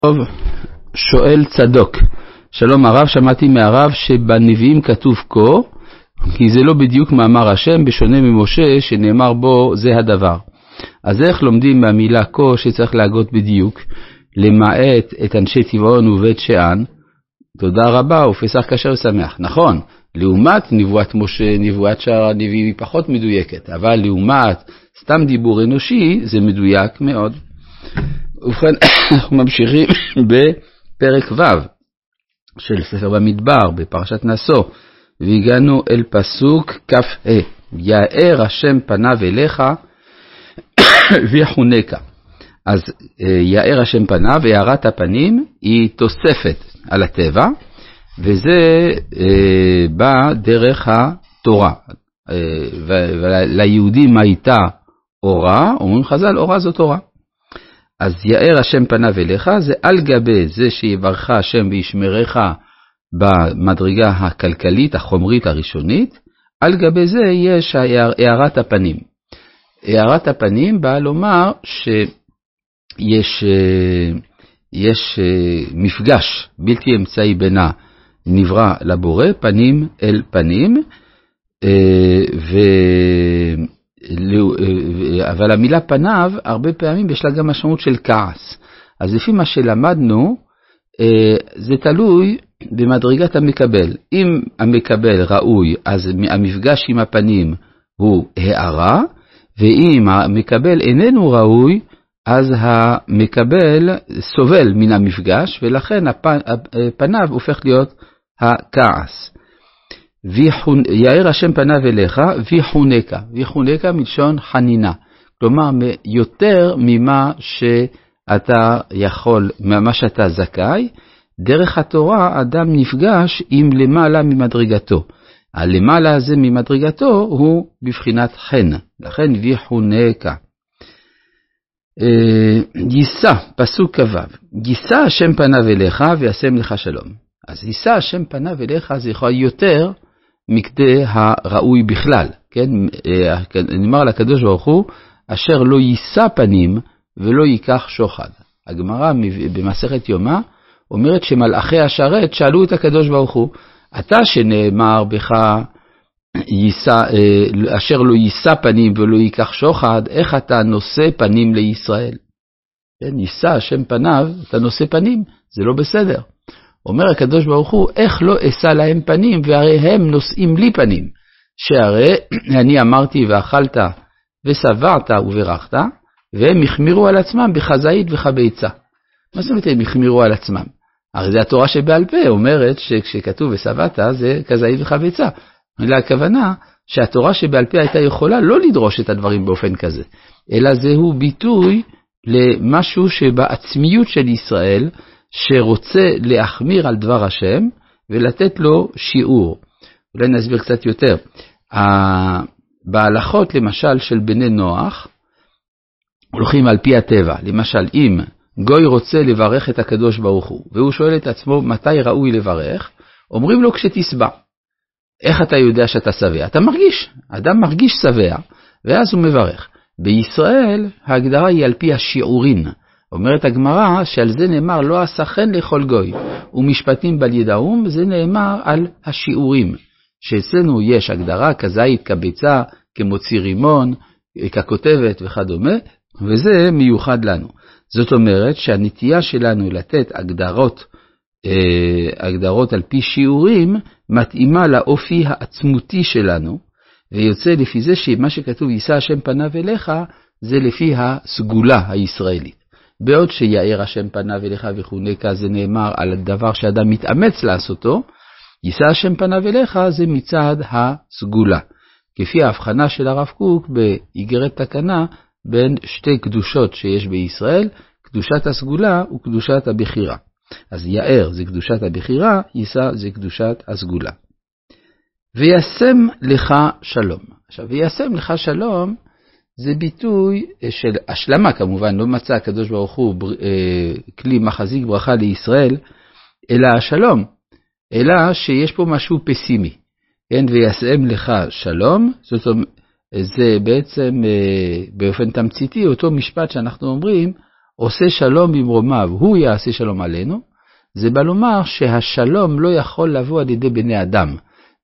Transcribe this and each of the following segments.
טוב, שואל צדוק, שלום הרב, שמעתי מהרב שבנביאים כתוב כה, כי זה לא בדיוק מאמר השם, בשונה ממשה שנאמר בו זה הדבר. אז איך לומדים מהמילה כה שצריך להגות בדיוק, למעט את אנשי טבעון ובית שאן? תודה רבה ופסח כשר ושמח. נכון, לעומת נבואת משה, נבואת שאר הנביאים היא פחות מדויקת, אבל לעומת סתם דיבור אנושי זה מדויק מאוד. ובכן, אנחנו ממשיכים בפרק ו' של ספר במדבר, בפרשת נשוא, והגענו אל פסוק כ"ה, יאר השם פניו אליך ויחונקה. אז יאר השם פניו, הארת הפנים היא תוספת על הטבע, וזה בא דרך התורה. וליהודים הייתה אורה, אומרים חז"ל, אורה זו תורה. אז יאר השם פניו אליך, זה על גבי זה שיברך השם וישמרך במדרגה הכלכלית, החומרית הראשונית, על גבי זה יש הארת הפנים. הארת הפנים באה לומר שיש מפגש בלתי אמצעי בין הנברא לבורא, פנים אל פנים, אבל המילה פניו הרבה פעמים יש לה גם משמעות של כעס. אז לפי מה שלמדנו, זה תלוי במדרגת המקבל. אם המקבל ראוי, אז המפגש עם הפנים הוא הערה, ואם המקבל איננו ראוי, אז המקבל סובל מן המפגש, ולכן פניו הופך להיות הכעס. יאר השם פניו אליך ויחונקה. ויחונקה מלשון חנינה. כלומר, יותר ממה שאתה יכול, ממה שאתה זכאי, דרך התורה אדם נפגש עם למעלה ממדרגתו. הלמעלה הזה ממדרגתו הוא בבחינת חן. לכן ויחונקה. יישא, פסוק כ"ו. יישא השם פניו אליך וישם לך שלום. אז יישא השם פניו אליך זה יכול יותר מכדי הראוי בכלל, כן? נאמר לקדוש ברוך הוא, אשר לא יישא פנים ולא ייקח שוחד. הגמרא במסכת יומא אומרת שמלאכי השרת שאלו את הקדוש ברוך הוא, אתה שנאמר בך אשר לא יישא פנים ולא ייקח שוחד, איך אתה נושא פנים לישראל? כן? יישא השם פניו, אתה נושא פנים, זה לא בסדר. אומר הקדוש ברוך הוא, איך לא אשא להם פנים, והרי הם נושאים לי פנים, שהרי אני אמרתי ואכלת ושבעת וברכת, והם החמירו על עצמם בחזאית וחביצה. מה זאת אומרת הם החמירו על עצמם? הרי זה התורה שבעל פה אומרת שכשכתוב ושבעת זה כזאית וחביצה. הכוונה שהתורה שבעל פה הייתה יכולה לא לדרוש את הדברים באופן כזה, אלא זהו ביטוי למשהו שבעצמיות של ישראל, שרוצה להחמיר על דבר השם ולתת לו שיעור. אולי נסביר קצת יותר. בהלכות למשל של בני נוח, הולכים על פי הטבע. למשל, אם גוי רוצה לברך את הקדוש ברוך הוא, והוא שואל את עצמו מתי ראוי לברך, אומרים לו כשתשבע. איך אתה יודע שאתה שבע? אתה מרגיש, אדם מרגיש שבע, ואז הוא מברך. בישראל ההגדרה היא על פי השיעורין. אומרת הגמרא שעל זה נאמר לא עשה חן לכל גוי, ומשפטים בל ידעום, זה נאמר על השיעורים, שאצלנו יש הגדרה כזית, כביצה, כמוציא רימון, ככותבת וכדומה, וזה מיוחד לנו. זאת אומרת שהנטייה שלנו לתת הגדרות על פי שיעורים, מתאימה לאופי העצמותי שלנו, ויוצא לפי זה שמה שכתוב יישא השם פניו אליך, זה לפי הסגולה הישראלית. בעוד שיאר השם פניו אליך ויחונקה זה נאמר על הדבר שאדם מתאמץ לעשותו, יישא השם פניו אליך זה מצד הסגולה. כפי ההבחנה של הרב קוק באיגרת תקנה בין שתי קדושות שיש בישראל, קדושת הסגולה וקדושת הבחירה. אז יאר זה קדושת הבחירה, יישא זה קדושת הסגולה. וישם לך שלום. עכשיו, וישם לך שלום, זה ביטוי של השלמה כמובן, לא מצא הקדוש ברוך הוא כלי מחזיק ברכה לישראל, אלא השלום, אלא שיש פה משהו פסימי. כן, וישם לך שלום, זאת אומרת, זה בעצם באופן תמציתי אותו משפט שאנחנו אומרים, עושה שלום במרומיו, הוא יעשה שלום עלינו, זה בא לומר שהשלום לא יכול לבוא על ידי בני אדם.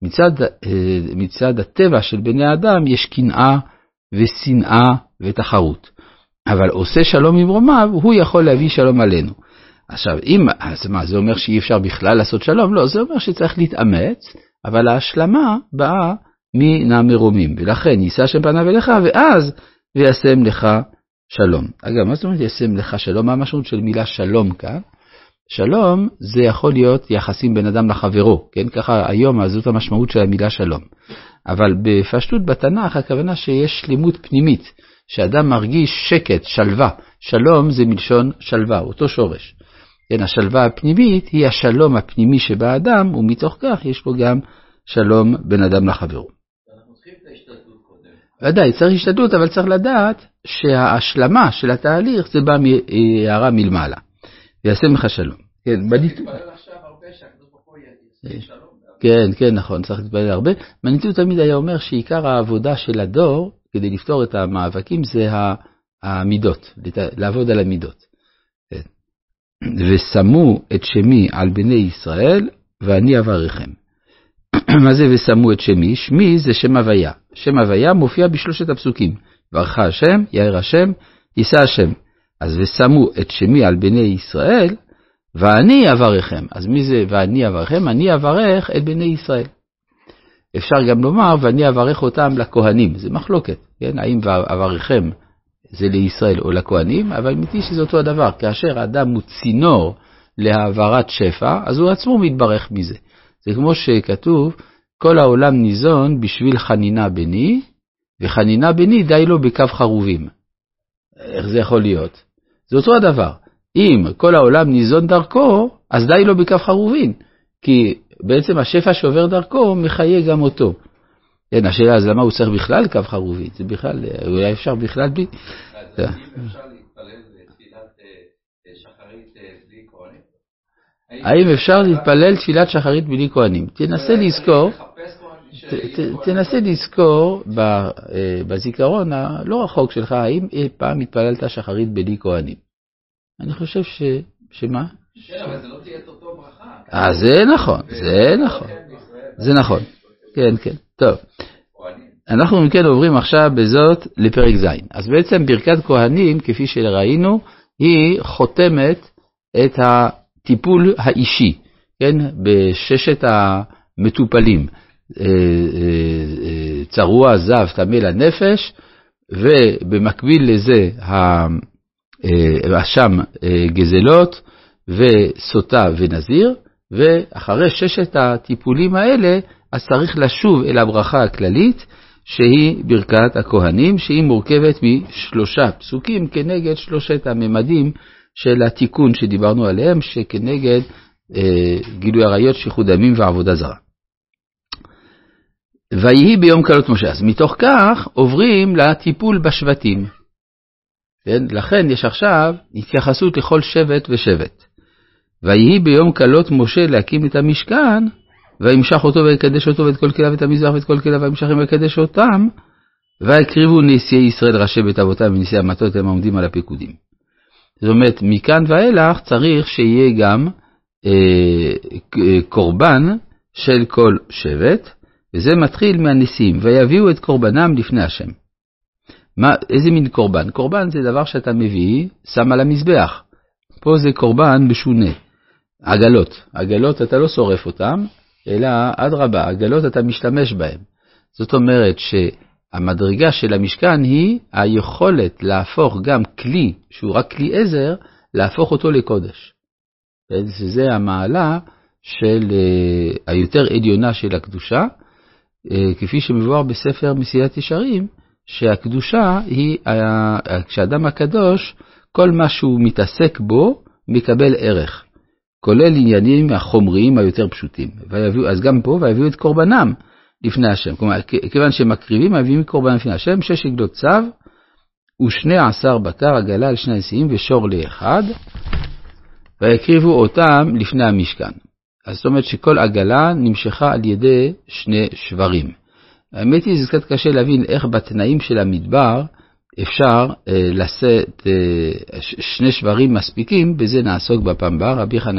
מצד הטבע של בני אדם יש קנאה ושנאה ותחרות. אבל עושה שלום במרומיו, הוא יכול להביא שלום עלינו. עכשיו, אז מה, זה אומר שאי אפשר בכלל לעשות שלום? לא, זה אומר שצריך להתאמץ, אבל ההשלמה באה מן המרומים. ולכן יישא השם פניו אליך, ואז וישם לך שלום. אגב, מה זאת אומרת ישם לך שלום? מה המשמעות של מילה שלום כאן? שלום זה יכול להיות יחסים בין אדם לחברו, כן? ככה היום זאת המשמעות של המילה שלום. אבל בפשטות בתנ"ך הכוונה שיש שלמות פנימית, שאדם מרגיש שקט, שלווה. שלום זה מלשון שלווה, אותו שורש. כן, השלווה הפנימית היא השלום הפנימי שבאדם, ומתוך כך יש פה גם שלום בין אדם לחברו. אנחנו צריכים את ההשתדלות קודם. ודאי, צריך השתדלות, אבל צריך לדעת שההשלמה של התהליך זה בא מהערה מלמעלה. ויעשה לך שלום. כן, להתפלל עכשיו הרבה שהקדוש ברוך הוא יעשה שלום. כן, נכון, צריך להתפלל הרבה. מניטו תמיד היה אומר שעיקר העבודה של הדור, כדי לפתור את המאבקים, זה המידות, לעבוד על המידות. ושמו את שמי על בני ישראל, ואני אברכם. מה זה ושמו את שמי? שמי זה שם הוויה. שם הוויה מופיע בשלושת הפסוקים. ברך השם, יאר השם, יישא השם. אז ושמו את שמי על בני ישראל, ואני אברכם. אז מי זה ואני אברכם? אני אברך את בני ישראל. אפשר גם לומר, ואני אברך אותם לכהנים. זה מחלוקת. כן? האם אברכם זה לישראל או לכהנים? אבל אמיתי שזה אותו הדבר. כאשר האדם הוא צינור להעברת שפע, אז הוא עצמו מתברך מזה. זה כמו שכתוב, כל העולם ניזון בשביל חנינה בני, וחנינה בני די לו בקו חרובים. איך זה יכול להיות? זה אותו הדבר. אם כל העולם ניזון דרכו, אז די לו בקו חרובין. כי בעצם השפע שעובר דרכו מחיה גם אותו. כן, השאלה אז למה הוא צריך בכלל קו חרובין? זה בכלל, אולי אפשר בכלל בלי. אז אם אפשר להתפלל תפילת שחרית בלי כהנים? האם אפשר להתפלל תפילת שחרית בלי כהנים? תנסה לזכור בזיכרון הלא רחוק שלך, האם אי פעם התפללת שחרית בלי כהנים? אני חושב שמה? כן, אבל זה לא תהיה אותו ברכה. זה נכון, זה נכון. כן, טוב. אנחנו מכן עוברים עכשיו בזאת לפרק ז'. אז בעצם ברכת כהנים, כפי שראינו, היא חותמת את הטיפול האישי, כן, בששת המטופלים, צרוע, זב, טמא לנפש, ובמקביל לזה אשם גזלות וסוטה ונזיר, ואחרי ששת הטיפולים האלה, אז צריך לשוב אל הברכה הכללית, שהיא ברכת הכהנים, שהיא מורכבת משלושה פסוקים כנגד שלושת הממדים של התיקון שדיברנו עליהם, שכנגד גילוי עריות, שפיכות דמים ועבודה זרה. ויהי ביום כלות משה. אז מתוך כך עוברים לטיפול בשבטים. כן? לכן יש עכשיו התייחסות לכל שבט ושבט. ויהי ביום כלות משה להקים את המשכן, וימשך אותו ויקדש אותו ואת כל כליו ואת המזבח ואת כל כליו וימשכים ויקדש אותם, ויקריבו נשיאי ישראל ראשי בית אבותם ונשיאי המטות הם עומדים על הפיקודים. זאת אומרת, מכאן ואילך צריך שיהיה גם קורבן של כל שבט, וזה מתחיל מהנשיאים, ויביאו את קורבנם לפני השם. איזה מין קורבן? קורבן זה דבר שאתה מביא, שם על המזבח. פה זה קורבן משונה. עגלות אתה לא שורף אותם, אלא אדרבה, עגלות אתה משתמש בהם. זאת אומרת שהמדרגה של המשכן היא היכולת להפוך גם כלי, שהוא רק כלי עזר, להפוך אותו לקודש. וזה המעלה של היותר עליונה של הקדושה, כפי שמבואר בספר מסילת ישרים, שהקדושה היא, כשאדם הקדוש, כל מה שהוא מתעסק בו מקבל ערך, כולל עניינים החומריים היותר פשוטים. אז גם פה, ויביאו את קורבנם לפני השם. כלומר, כיוון שמקריבים, מביאים קורבן לפני השם, 6 עגלות צב, ו12 בקר, עגלה על 2 נשיאים ושור לאחד, ויקריבו אותם לפני המשכן. אז זאת אומרת שכל עגלה נמשכה על ידי 2 שברים. האמת היא, זה קצת קשה להבין איך בתנאים של המדבר אפשר לשאת 2 שברים מספיקים, בזה נעסוק בפעם הבאה. רבי חנניה